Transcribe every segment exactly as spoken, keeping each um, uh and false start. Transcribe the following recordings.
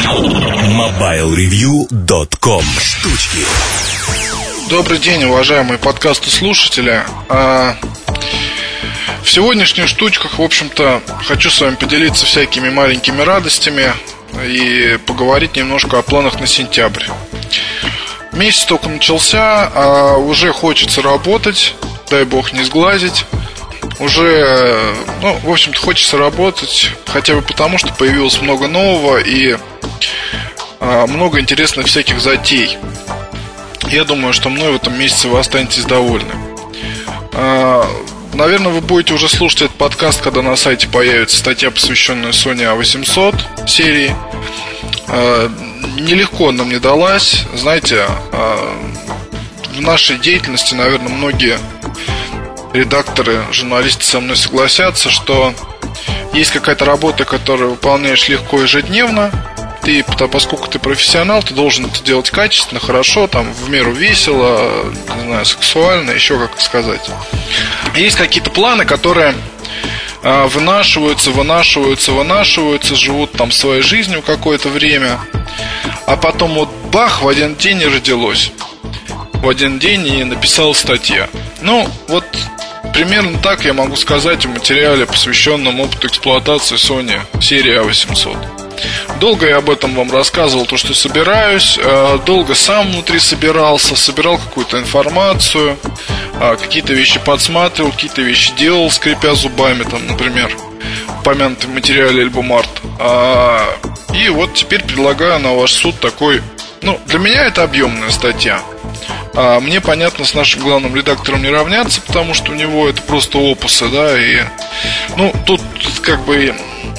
мобайл ревью точка ком. Штучки. Добрый день, уважаемые подкастослушатели. В сегодняшних штучках, в общем-то, хочу с вами поделиться всякими маленькими радостями и поговорить немножко о планах на сентябрь. Месяц только начался, а уже хочется работать, дай бог не сглазить. Уже, ну, в общем-то, хочется работать, хотя бы потому, что появилось много нового и а, много интересных всяких затей. Я думаю, что мной в этом месяце вы останетесь довольны. а, Наверное, вы будете уже слушать этот подкаст, когда на сайте появится статья, посвященная Sony а восемьсот серии. а, Нелегко она мне далась. Знаете, а, в нашей деятельности, наверное, многие редакторы, журналисты со мной согласятся, что есть какая-то работа, которую выполняешь легко ежедневно. Ты, поскольку ты профессионал, ты должен это делать качественно, хорошо, там, в меру весело, не знаю, сексуально, еще как сказать. Есть какие-то планы, которые а, вынашиваются, вынашиваются, вынашиваются, живут там своей жизнью какое-то время, а потом вот бах, в один день и родилось. В один день и написал статья. Ну, вот примерно так я могу сказать о материале, посвященном опыту эксплуатации Sony серии а восемьсот. Долго я об этом вам рассказывал, то, что собираюсь. Долго сам внутри собирался, собирал какую-то информацию, какие-то вещи подсматривал, какие-то вещи делал, скрипя зубами, там, например, в упомянутом материале альбом арт. И вот теперь предлагаю на ваш суд такой. Ну, для меня это объемная статья. А мне, понятно, с нашим главным редактором не равняться, потому что у него это просто опусы, да, и, ну, тут как бы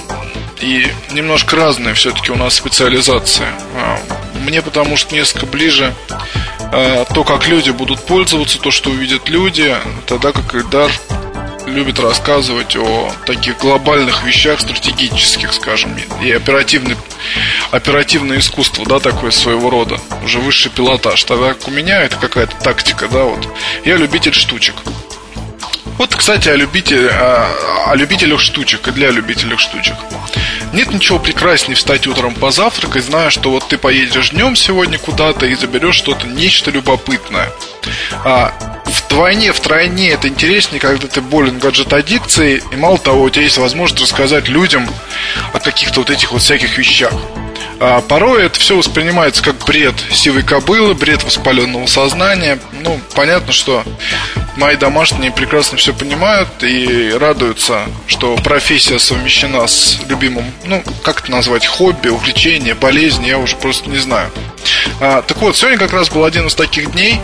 и немножко разная все-таки у нас специализация. Мне потому что несколько ближе то, как люди будут пользоваться, то, что увидят люди, тогда как Ильдар любит рассказывать о таких глобальных вещах, стратегических, скажем, и оперативный, оперативное искусство, да, такое своего рода, уже высший пилотаж. Тогда как у меня это какая-то тактика, да, вот. Я любитель штучек. Вот, кстати, о, любитель, о, о любителях штучек и для любителей штучек. Нет ничего прекраснее встать утром позавтракать, зная, что вот ты поедешь днем сегодня куда-то и заберешь что-то, нечто любопытное. А вдвойне, втройне это интереснее, когда ты болен гаджет-аддикцией, и мало того, у тебя есть возможность рассказать людям о каких-то вот этих вот всяких вещах. А порой это все воспринимается как бред сивой кобылы, бред воспаленного сознания. Ну, понятно, что мои домашние прекрасно все понимают и радуются, что профессия совмещена с любимым, ну, как это назвать, хобби, увлечение, болезнь, я уже просто не знаю. а, Так вот, сегодня как раз был один из таких дней.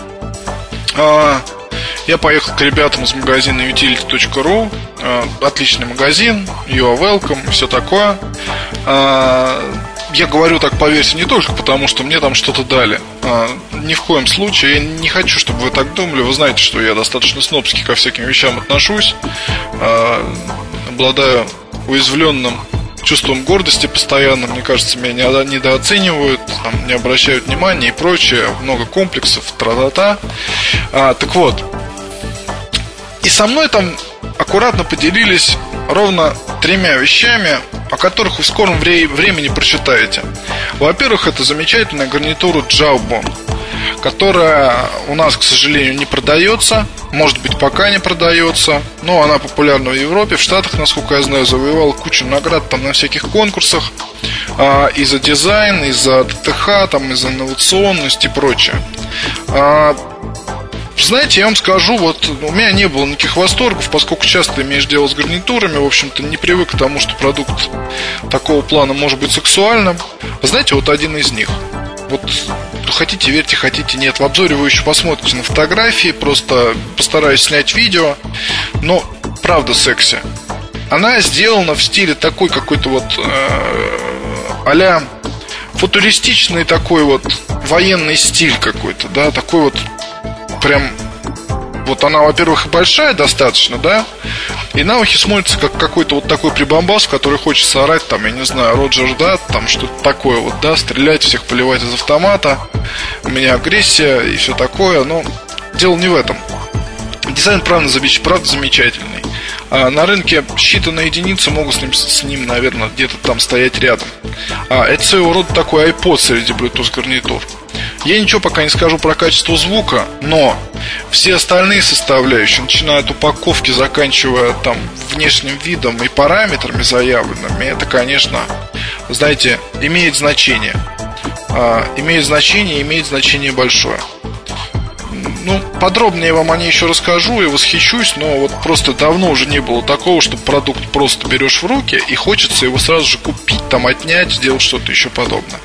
а, Я поехал к ребятам из магазина utility точка ру. а, Отличный магазин, you are welcome, все такое. а, Я говорю так по версии не только потому, что мне там что-то дали. а, Ни в коем случае. Я не хочу, чтобы вы так думали. Вы знаете, что я достаточно снобски ко всяким вещам отношусь. а, Обладаю уязвленным чувством гордости постоянно. Мне кажется, меня недооценивают, там, не обращают внимания и прочее. Много комплексов, тра-та-та. а, Так вот, и со мной там аккуратно поделились ровно тремя вещами, о которых вы в скором вре- времени прочитаете. Во-первых, это замечательная гарнитура Jawbone, которая у нас, к сожалению, не продается. Может быть, пока не продается, но она популярна в Европе. В Штатах, насколько я знаю, завоевала кучу наград там на всяких конкурсах а, и за дизайн, и за ТТХ, там, и за инновационность и прочее. а, Знаете, я вам скажу, вот у меня не было никаких восторгов, поскольку часто имеешь дело с гарнитурами. В общем-то, не привык к тому, что продукт такого плана может быть сексуальным. Знаете, вот один из них. Вот хотите верьте, хотите нет. В обзоре вы еще посмотрите на фотографии. Просто постараюсь снять видео. Но правда секси. Она сделана в стиле такой какой-то вот э, а-ля футуристичный такой вот военный стиль какой-то, да, такой вот прям. Вот она, во-первых, большая достаточно, да, и на ухе смотрится как какой-то вот такой прибамбас, в который хочется орать, там, я не знаю, Роджер, да, там что-то такое вот, да, стрелять, всех поливать из автомата. У меня агрессия и все такое, но дело не в этом. Дизайн, правда, правда замечательный. А на рынке считанные единицы могут с ним, с ним, наверное, где-то там стоять рядом. а, Это своего рода такой iPod среди Bluetooth гарнитур. Я ничего пока не скажу про качество звука, но все остальные составляющие, начиная от упаковки, заканчивая там внешним видом и параметрами заявленными, это, конечно, знаете, имеет значение. а, Имеет значение, имеет значение большое. Ну, подробнее я вам о ней еще расскажу и восхищусь, но вот просто давно уже не было такого, что продукт просто берешь в руки и хочется его сразу же купить, там отнять, сделать что-то еще подобное.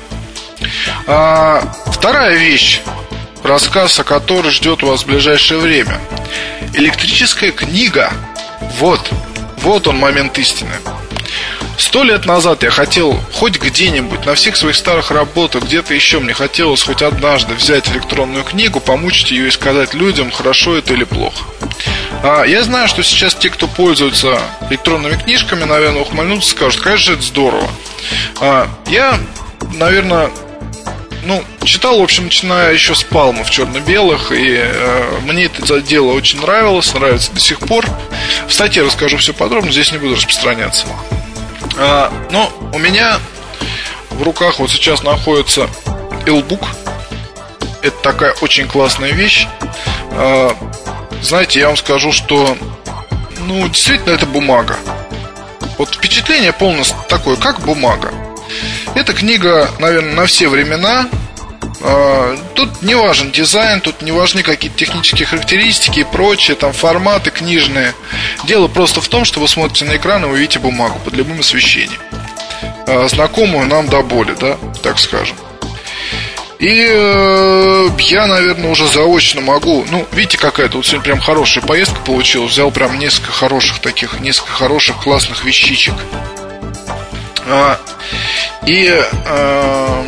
а, Вторая вещь, рассказ о которой ждет вас в ближайшее время. Электрическая книга. Вот, вот он момент истины. Сто лет назад я хотел хоть где-нибудь, на всех своих старых работах, где-то еще мне хотелось хоть однажды взять электронную книгу, помучить ее и сказать людям, хорошо это или плохо. а, Я знаю, что сейчас те, кто пользуются электронными книжками, наверное, ухмыльнутся, скажут, конечно, это здорово. а, Я, наверное, ну, читал, в общем, начиная еще с палмов черно-белых, и э, мне это дело очень нравилось, нравится до сих пор. В статье расскажу все подробно, здесь не буду распространяться. А, но у меня в руках вот сейчас находится Элбук. Это такая очень классная вещь. а, Знаете, я вам скажу, что ну, действительно, это бумага. Вот впечатление полностью такое, как бумага. Эта книга, наверное, на все времена. а, Тут не важен дизайн, тут не важны какие-то технические характеристики и прочее, там форматы книжные. Дело просто в том, что вы смотрите на экран и вы видите бумагу под любым освещением, а, знакомую нам до боли, да, так скажем. И э, я, наверное, уже заочно могу. Ну, видите, какая-то вот сегодня прям хорошая поездка получилась. Взял прям несколько хороших таких, несколько хороших классных вещичек. а, И э,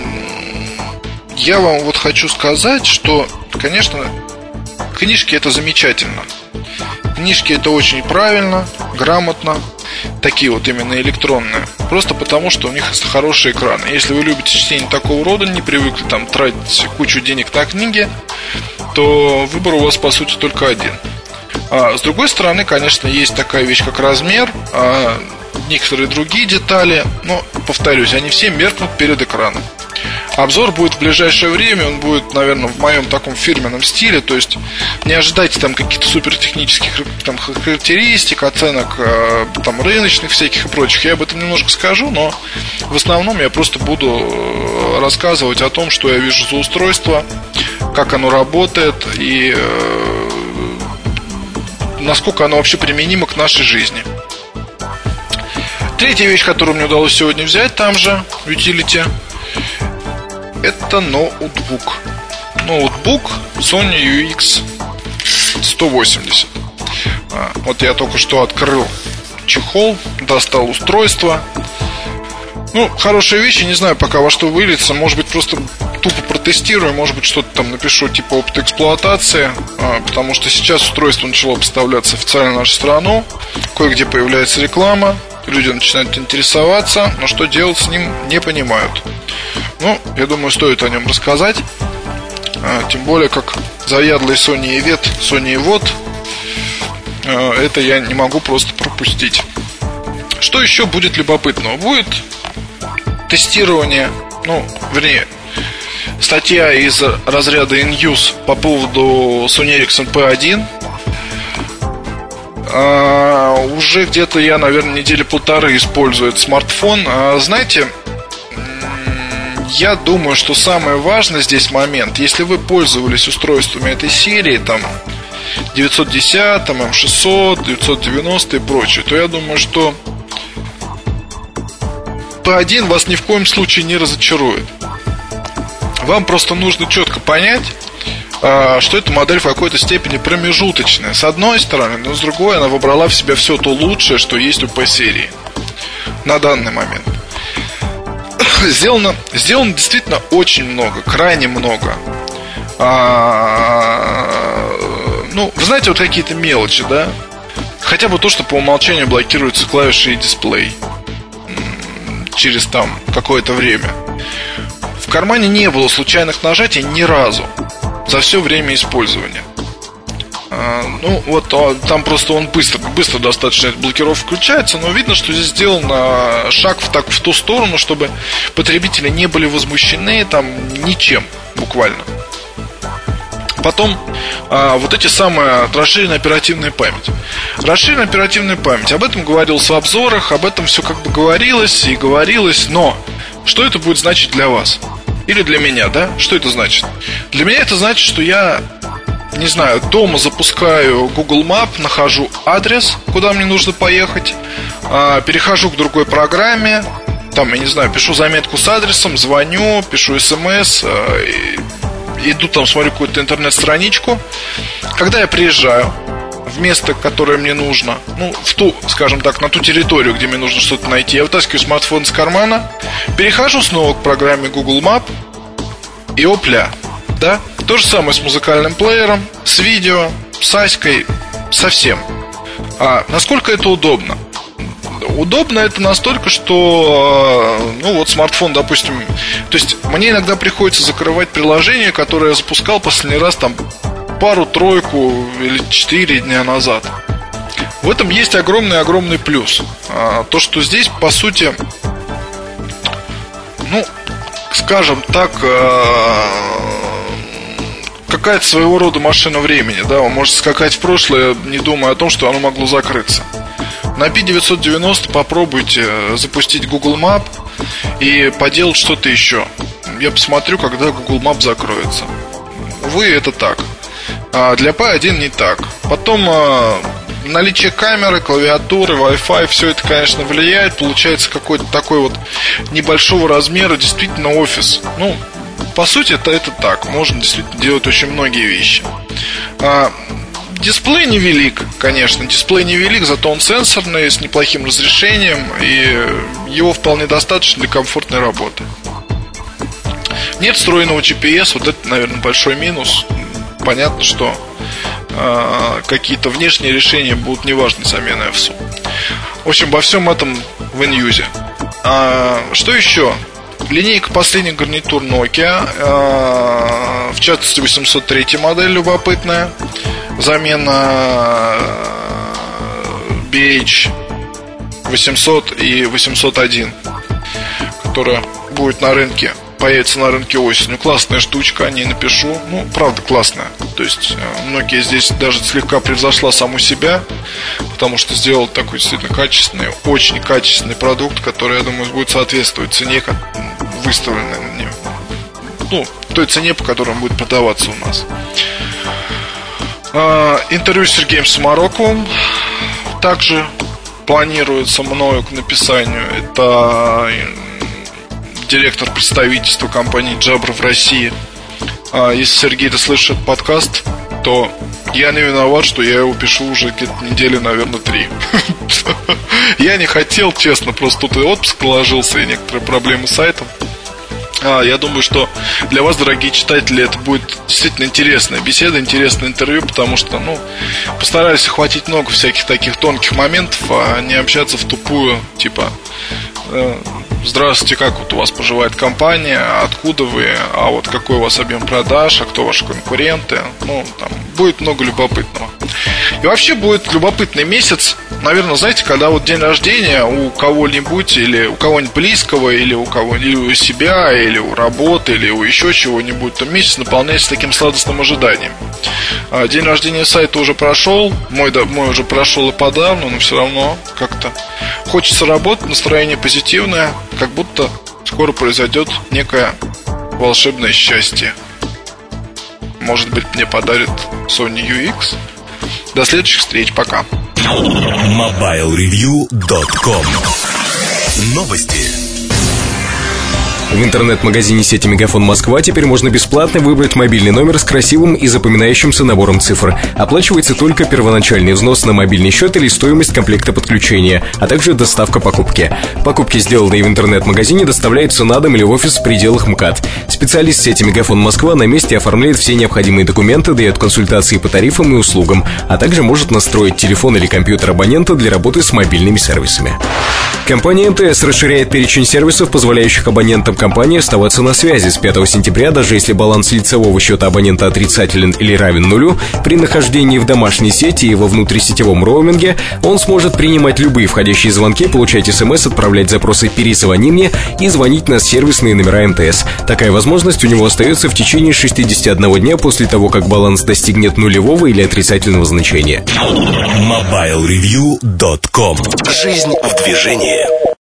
я вам вот хочу сказать, что, конечно, книжки это замечательно. Книжки это очень правильно, грамотно. Такие вот именно электронные. Просто потому, что у них хорошие экраны. Если вы любите чтение такого рода, не привыкли там тратить кучу денег на книги, то выбор у вас по сути только один. а С другой стороны, конечно, есть такая вещь, как размер, а некоторые другие детали. Но, повторюсь, они все меркнут перед экраном. Обзор будет в ближайшее время. Он будет, наверное, в моем таком фирменном стиле. То есть не ожидайте там каких-то супертехнических там, характеристик, оценок там, рыночных всяких и прочих. Я об этом немножко скажу, но в основном я просто буду рассказывать о том, что я вижу за устройство, как оно работает и э, насколько оно вообще применимо к нашей жизни. Третья вещь, которую мне удалось сегодня взять там же, в Utility, это ноутбук. Ноутбук Sony ю икс сто восемьдесят. Вот я только что открыл чехол, достал устройство. Ну, хорошие вещи, не знаю пока во что выльется. Может быть, просто тупо протестирую, может быть, что-то там напишу типа опыт эксплуатации, потому что сейчас устройство начало поставляться официально в нашу страну. Кое-где появляется реклама, люди начинают интересоваться, но что делать с ним не понимают. Ну, я думаю, стоит о нем рассказать. а, Тем более, как заядлый Sony Evет, Sony Evot, а, это я не могу просто пропустить. Что еще будет любопытного? Будет тестирование, ну, вернее, статья из разряда in-use по поводу Sony Ericsson пи один. а, Уже где-то я, наверное, недели полторы использую этот смартфон. а, Знаете, я думаю, что самое важное здесь момент. Если вы пользовались устройствами этой серии, там девятьсот десять, эм шестьсот, девятьсот девяносто и прочее, то я думаю, что пи один вас ни в коем случае не разочарует. Вам просто нужно четко понять, что эта модель в какой-то степени промежуточная, с одной стороны, но с другой она вобрала в себя все то лучшее, что есть у P-серии на данный момент. Сделано, сделано действительно очень много, крайне много. а, Ну, вы знаете, вот какие-то мелочи, да? Хотя бы то, что по умолчанию блокируются клавиши и дисплей через там какое-то время. В кармане не было случайных нажатий ни разу за все время использования. Ну, вот там просто он быстро, быстро достаточно эта блокировка включается, но видно, что здесь сделан шаг в, так, в ту сторону, чтобы потребители не были возмущены там ничем, буквально. Потом а, вот эти самые расширенная оперативная память. Расширенная оперативная память. Об этом говорилось в обзорах, об этом все как бы говорилось и говорилось. Но что это будет значить для вас? Или для меня, да? Что это значит? Для меня это значит, что я, не знаю, дома запускаю Google Map, нахожу адрес, куда мне нужно поехать, а, перехожу к другой программе, там, я не знаю, пишу заметку с адресом, звоню, пишу смс, а, и иду там, смотрю какую-то интернет-страничку. Когда я приезжаю в место, которое мне нужно, ну, в ту, скажем так, на ту территорию, где мне нужно что-то найти, я вытаскиваю смартфон из кармана, перехожу снова к программе Google Map, и опля, да? То же самое с музыкальным плеером, с видео, с аськой, со всем. А насколько это удобно? Удобно это настолько, что, ну вот смартфон, допустим, то есть мне иногда приходится закрывать приложение, которое я запускал последний раз там пару-тройку или четыре дня назад. В этом есть огромный-огромный плюс. То, что здесь, по сути, ну, скажем так, какая-то своего рода машина времени, да, он может скакать в прошлое, не думая о том, что оно могло закрыться. На пи девятьсот девяносто попробуйте запустить Google Map и поделать что-то еще. Я посмотрю, когда Google Map закроется. Увы, это так. А для пи один не так. Потом наличие камеры, клавиатуры, Wi-Fi, все это, конечно, влияет. Получается какой-то такой вот небольшого размера действительно офис. Ну, по сути, это, это так. Можно действительно делать очень многие вещи. Дисплей невелик, конечно, дисплей невелик, зато он сенсорный, с неплохим разрешением, и его вполне достаточно для комфортной работы. Нет встроенного джи пи эс, вот это, наверное, большой минус. Понятно, что э, какие-то внешние решения будут неважны замены эф эс у. В общем, обо всем этом в иньюзе. А, что еще? Линейка последних гарнитур Nokia, э, в частности восемьсот третья модель любопытная. Замена би эйч восемьсот и восемьсот один, которая будет на рынке, появится на рынке осенью. Классная штучка, о ней напишу. Ну, правда, классная. То есть Nokia здесь даже слегка превзошла саму себя, потому что сделал такой действительно качественный, очень качественный продукт, который, я думаю, будет соответствовать цене, выставленной на нее. Ну, той цене, по которой он будет продаваться у нас. Интервью с Сергеем Самароковым также планируется мною к написанию. Это директор представительства компании Jabra в России. Если Сергей дослышит подкаст, то я не виноват, что я его пишу уже где-то недели, наверное, три. Я не хотел, честно, просто тут и отпуск положился, и некоторые проблемы с сайтом. А, я думаю, что для вас, дорогие читатели, это будет действительно интересная беседа, интересное интервью, потому что, ну, постарались охватить много всяких таких тонких моментов, а не общаться в тупую, типа э, здравствуйте, как вот у вас поживает компания, откуда вы, а вот какой у вас объем продаж, а кто ваши конкуренты. Ну, там будет много любопытного. И вообще будет любопытный месяц. Наверное, знаете, когда вот день рождения у кого-нибудь, или у кого-нибудь близкого, или у кого-нибудь, или у себя, или у работы, или у еще чего-нибудь, то месяц наполняется таким сладостным ожиданием. День рождения сайта уже прошел, мой, да, мой уже прошел и подавно, но все равно как-то хочется работать, настроение позитивное, как будто скоро произойдет некое волшебное счастье. Может быть, мне подарит Sony ю икс. До следующих встреч, пока. мобайл ревью точка ком. Новости. В интернет-магазине сети Мегафон Москва теперь можно бесплатно выбрать мобильный номер с красивым и запоминающимся набором цифр. Оплачивается только первоначальный взнос на мобильный счет или стоимость комплекта подключения, а также доставка покупки. Покупки, сделанные в интернет-магазине, доставляются на дом или в офис в пределах МКАД. С Специалист сети Мегафон Москва на месте оформляет все необходимые документы, дает консультации по тарифам и услугам, а также может настроить телефон или компьютер абонента для работы с мобильными сервисами. Компания эм тэ эс расширяет перечень сервисов, позволяющих абонентам компании оставаться на связи. С пятого сентября, даже если баланс лицевого счета абонента отрицателен или равен нулю, при нахождении в домашней сети и во внутрисетевом роуминге он сможет принимать любые входящие звонки, получать смс, отправлять запросы «Перезвони мне» и звонить на сервисные номера эм тэ эс. Такая возможность у него остается в течение шестидесяти одного дня после того, как баланс достигнет нулевого или отрицательного значения. мобайл ревью точка ком. Жизнь в движении.